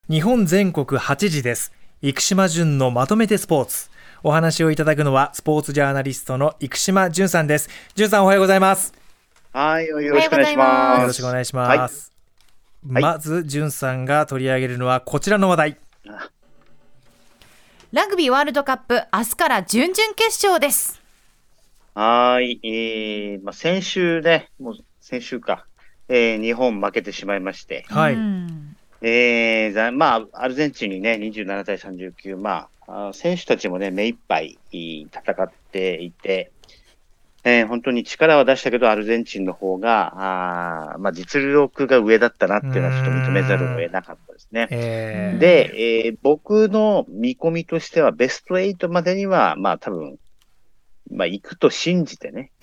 日本全国8時です。生島淳のまとめてスポーツ。お話をいただくのはスポーツジャーナリストの生島淳さんです。淳さん、おはようございます。 はい、よろしくお願いします。 よろしくお願いします。はい、まず淳さんが取り上げるのはこちらの話題。 ラグビーワールドカップ、明日から準々決勝です。 はい、先週か、日本負けてしまいまして、 はい。 アルゼンチンにね、27対39、選手たちもね、目いっぱい戦っていて、本当に力は出したけど、アルゼンチンの方が、実力が上だったなっていうのはちょっと認めざるを得なかったですね。で、僕の見込みとしては、ベスト8までには、多分、行くと信じてね、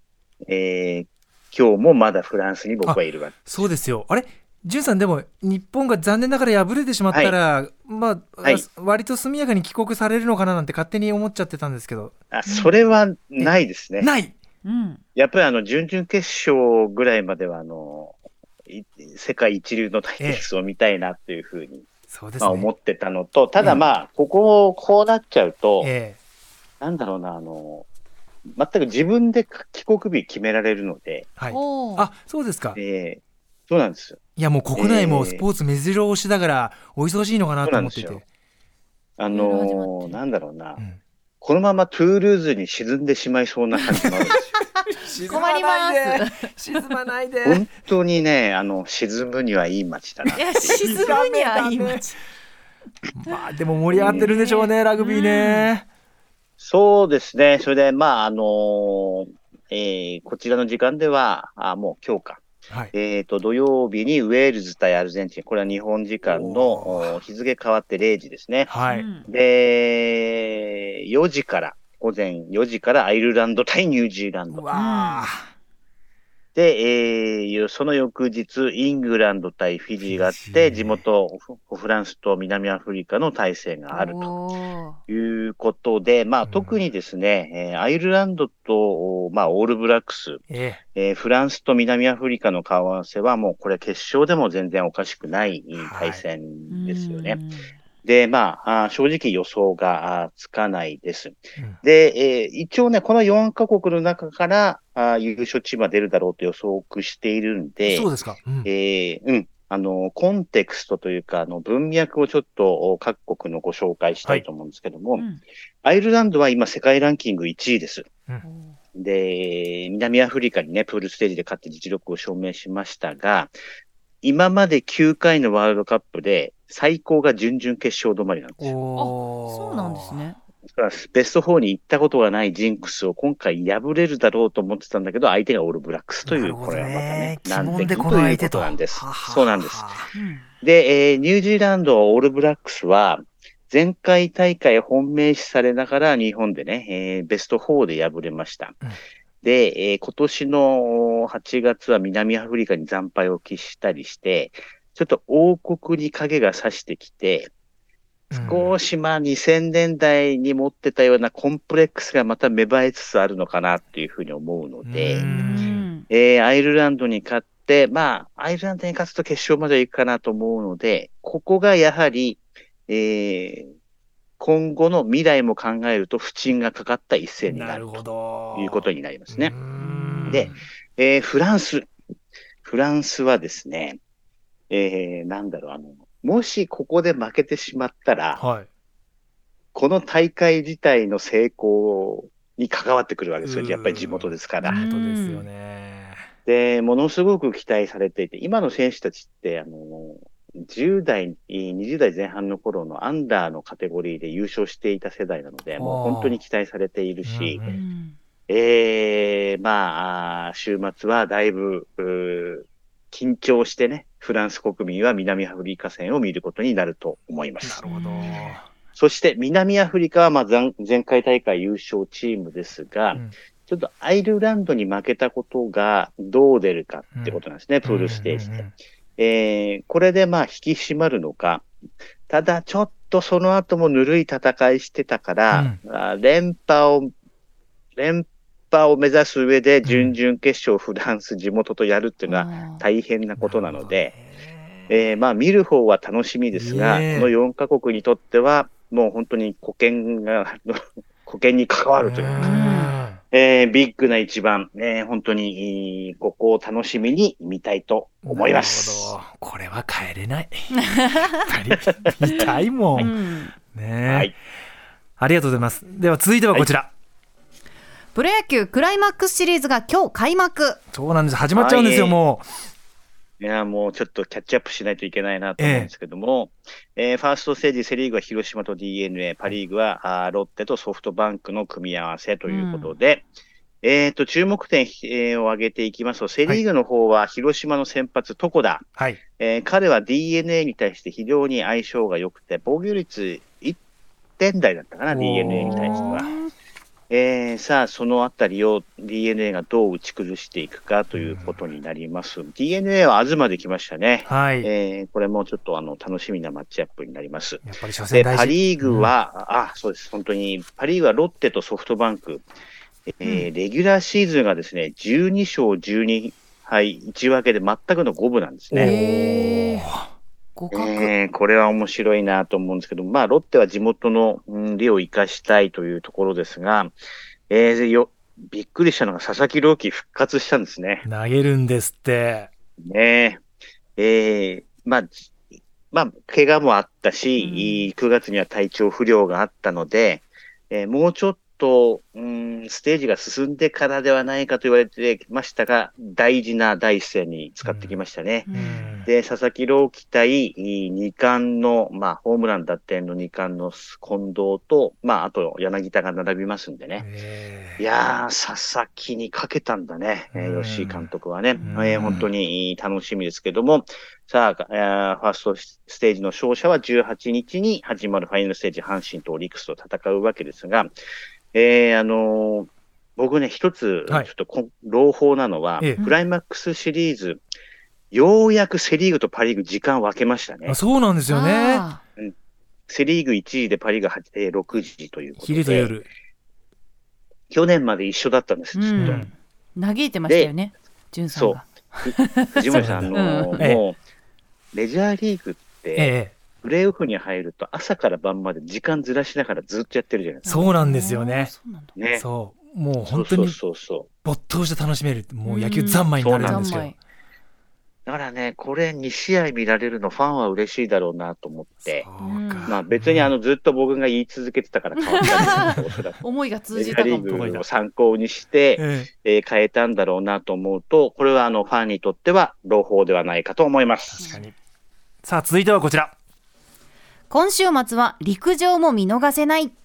今日もまだフランスに僕はいるわけです。 そうですよ。あれ淳さん、でも日本が残念ながら敗れてしまったら、割と速やかに帰国されるのかななんて勝手に思っちゃってたんですけど。 それはないですね。 ない。 やっぱり準々決勝ぐらいまでは世界一流の対決を見たいなというふうに、思ってたのと、ただこうなっちゃうと、なんだろうな、全く自分で帰国日決められるので。 あ、そうですか。 そうなんですよ。 いや、もう国内もスポーツ目白押しだからお忙しいのかなと思ってて。 なんだろうな、このままトゥールーズに沈んでしまいそうな感じもあるんですよ。 困ります。 沈まないで。 本当にね、沈むにはいい街だなっていう。 沈むにはいい街。 でも盛り上がってるんでしょうね、ラグビーね。 そうですね。それで、こちらの時間では、もう今日か。土曜日にウェールズ対アルゼンチン。これは日本時間の日付変わって0時ですね。で、午前4時からアイルランド対ニュージーランド。で、その翌日、イングランド対フィジーがあって、地元フランスと南アフリカの対戦があるということで、特にですね、アイルランドと、オールブラックス、フランスと南アフリカの顔合わせはもうこれ決勝でも全然おかしくない対戦ですよね。で、正直予想がつかないです。で、一応ね、この4カ国の中から優勝チームは出るだろうと予測しているんで、 そうですか。 コンテクストというか、文脈をちょっと各国のご紹介したいと思うんですけども、アイルランドは今世界ランキング1位です。で、南アフリカにね、プールステージで勝って実力を証明しましたが、今まで9回のワールドカップで最高が準々決勝止まりなんですよ。 そうなんですね。 ベスト4に行ったことがないジンクスを今回破れるだろうと思ってたんだけど、相手がオールブラックスという、これはまたね、難敵ということなんです。そうなんです。で、ニュージーランドオールブラックスは、前回大会本命視されながら日本でね、ベスト4で敗れました。で、今年の8月は南アフリカに惨敗を喫したりして、ちょっと王国に影が差してきて、少し2000年代に持ってたようなコンプレックスがまた芽生えつつあるのかなっていうふうに思うので、アイルランドに勝って、アイルランドに勝つと決勝まで行くかなと思うので、ここがやはり、今後の未来も考えると不沈がかかった一戦になるということになりますね。で、フランスはですね、もしここで負けてしまったら、この大会自体の成功に関わってくるわけですよ。やっぱり地元ですから。で、ものすごく期待されていて、今の選手たちって、10代、20代前半の頃のアンダーのカテゴリーで優勝していた世代なので、もう本当に期待されているし、週末はだいぶ、緊張してね、フランス国民は南アフリカ戦を見ることになると思います。そして南アフリカは前回大会優勝チームですが、ちょっとアイルランドに負けたことがどう出るかってことなんですね、プールステージで。これで引き締まるのか、ただちょっとその後もぬるい戦いしてたから、連覇を目指す上で準々決勝フランス地元とやるっていうのは大変なことなので、 見る方は楽しみですが、この4カ国にとっては、もう本当に保険に関わるというか、ビッグな一番、本当にここを楽しみに見たいと思います。 なるほど。これは帰れない。やっぱり見たいもん。はい。ありがとうございます。では続いてはこちら。 プロ野球クライマックスシリーズが今日開幕。 そうなんです。始まっちゃうんですよ、もう。 いや、もうちょっとキャッチアップしないといけないなと思うんですけども、ファーストステージ、セリーグは広島と DNA、パリーグはロッテとソフトバンクの組み合わせということで、注目点を挙げていきますと、セリーグの方は広島の先発、床田。はい。彼は DNA に対して非常に相性が良くて、防御率1点台だったかな、DNA に対しては。さあ、そのあたりを DNA がどう打ち崩していくかということになります。DNA は東で来ましたね。はい。これもちょっと楽しみなマッチアップになります。 やっぱり初戦大事。 パリーグは、そうです。本当に、パリーグはロッテとソフトバンク。レギュラーシーズンがですね、12勝12敗1分けで全くの五分なんですね。これは面白いなと思うんですけど、ロッテは地元の利を生かしたいというところですが、びっくりしたのが佐々木朗希復活したんですね。 投げるんですって。 ね怪我もあったし、9月には体調不良があったので、もうちょっと、ステージが進んでからではないかと言われてましたが、大事な第一戦に使ってきましたね。で、佐々木朗希対2冠の、ホームラン打点の2冠の近藤と、あと柳田が並びますんでね。いやー、佐々木にかけたんだね、吉井監督はね。本当に楽しみですけども、さあ、ファーストステージの勝者は18日に始まるファイナルステージ、阪神とオリックスと戦うわけですが、僕ね、一つ、ちょっと朗報なのは、クライマックスシリーズ、ようやくセリーグとパリーグ時間分けましたね。 そうなんですよね。 セリーグ1時でパリーグ6時ということで。 昼と夜。 去年まで一緒だったんです、ずっと。 嘆いてましたよね、潤さんが。 そう。藤森さん、もう、メジャーリーグって、プレーオフに入ると朝から晩まで時間ずらしながらずっとやってるじゃないですか。 そうなんですよね。 ね。 そう。もう本当に没頭して楽しめる。もう野球三昧になるんですよ。 だからね、これ2試合見られるのファンは嬉しいだろうなと思って。別にずっと僕が言い続けてたから変わったんですけど、 思いが通じたかも。 メジャーリーグを参考にして、変えたんだろうなと思うと、これはファンにとっては朗報ではないかと思います。 確かに。さあ、続いてはこちら。 今週末は陸上も見逃せない。 今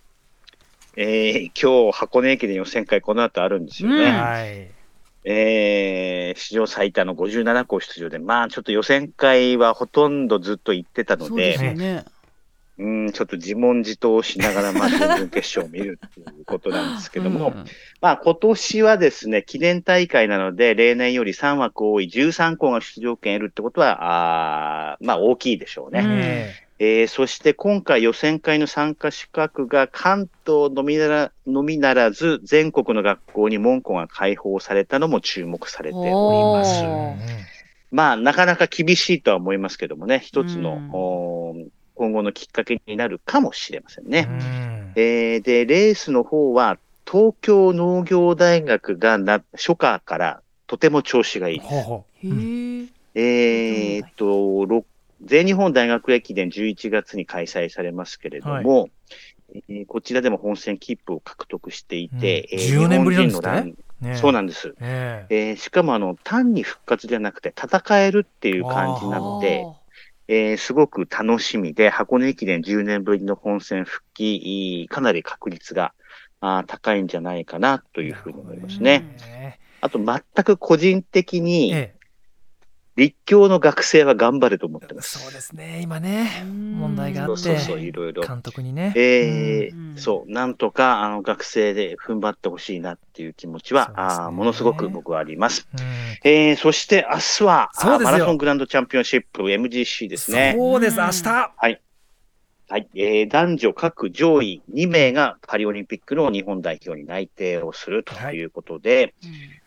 日箱根駅伝予選会この後あるんですよね。史上最多の57校出場で、ちょっと予選会はほとんどずっと行ってたので、ちょっと自問自答しながら準々決勝を見るということなんですけども、今年はですね、記念大会なので、例年より3枠多い13校が出場権を得るってことは、大きいでしょうね。そして今回予選会の参加資格が関東のみならず全国の学校に門戸が開放されたのも注目されております。なかなか厳しいとは思いますけどもね、一つの今後のきっかけになるかもしれませんね。で、レースの方は東京農業大学が初夏からとても調子がいいです。全日本大学駅伝11月に開催されますけれども、こちらでも本戦切符を獲得していて、 14年ぶりなんですね。 そうなんです。しかも単に復活じゃなくて戦えるっていう感じなので、すごく楽しみで、箱根駅伝10年ぶりの本戦復帰、かなり確率が高いんじゃないかなというふうに思いますね。あと全く個人的に、立教の学生は頑張ると思ってます。 そうですね、今ね、問題があって、 いろいろ監督にね。 なんとか学生で踏ん張ってほしいなっていう気持ちは、ものすごく僕はあります。そして明日はマラソングランドチャンピオンシップ MGC ですね。 そうです、明日。 はい。男女各上位2名がパリオリンピックの日本代表に内定をするということで、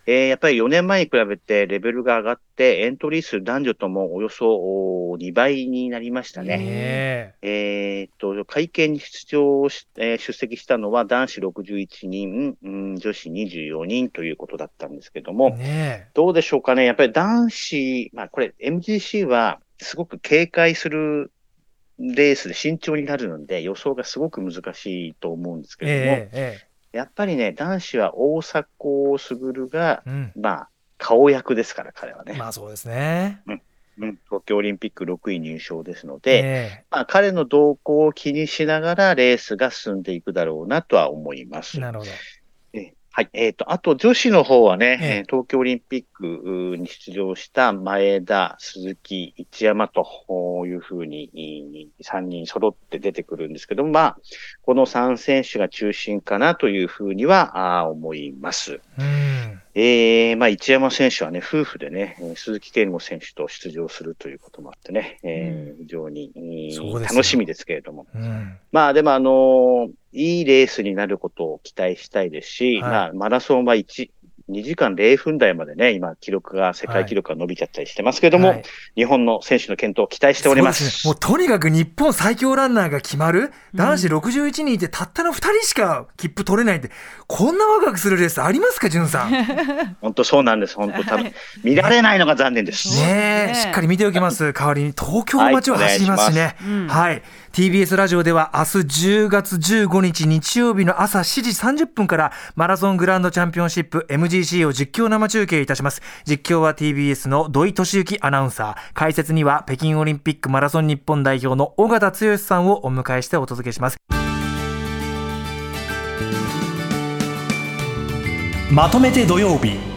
やっぱり4年前に比べてレベルが上がって、エントリー数男女ともおよそ2倍になりましたね。会見に出席したのは男子61人、女子24人ということだったんですけども、どうでしょうかね。やっぱり男子、これ MGC はすごく警戒するレースで慎重になるので予想がすごく難しいと思うんですけれども、やっぱりね、男子は大迫傑が、顔役ですから、彼はね。 そうですね。 東京オリンピック6位入賞ですので、彼の動向を気にしながらレースが進んでいくだろうなとは思います。 なるほど。 はい。あと女子の方はね、東京オリンピックに出場した前田、鈴木、一山というふうに3人揃って出てくるんですけども、この3選手が中心かなというふうには思います。一山選手はね、夫婦でね、鈴木健吾選手と出場するということもあってね、非常に楽しみですけれども。でもいいレースになることを期待したいですし、マラソンは2時間0分台までね、今世界記録が伸びちゃったりしてますけれども、日本の選手の健闘を期待しております。 もうとにかく日本最強ランナーが決まる、男子61人いてたったの2人しか切符取れないって、こんなワクワクするレースありますか、じゅんさん。 本当そうなんです。本当多分見られないのが残念です。 しっかり見ておきます。代わりに東京の街を走りますしね。TBS ラジオでは明日10月15日日曜日の朝7時30分からマラソングランドチャンピオンシップ MGC を実況生中継いたします。実況は TBS の土井敏之アナウンサー、解説には北京オリンピックマラソン日本代表の尾形剛さんをお迎えしてお届けします。まとめて土曜日。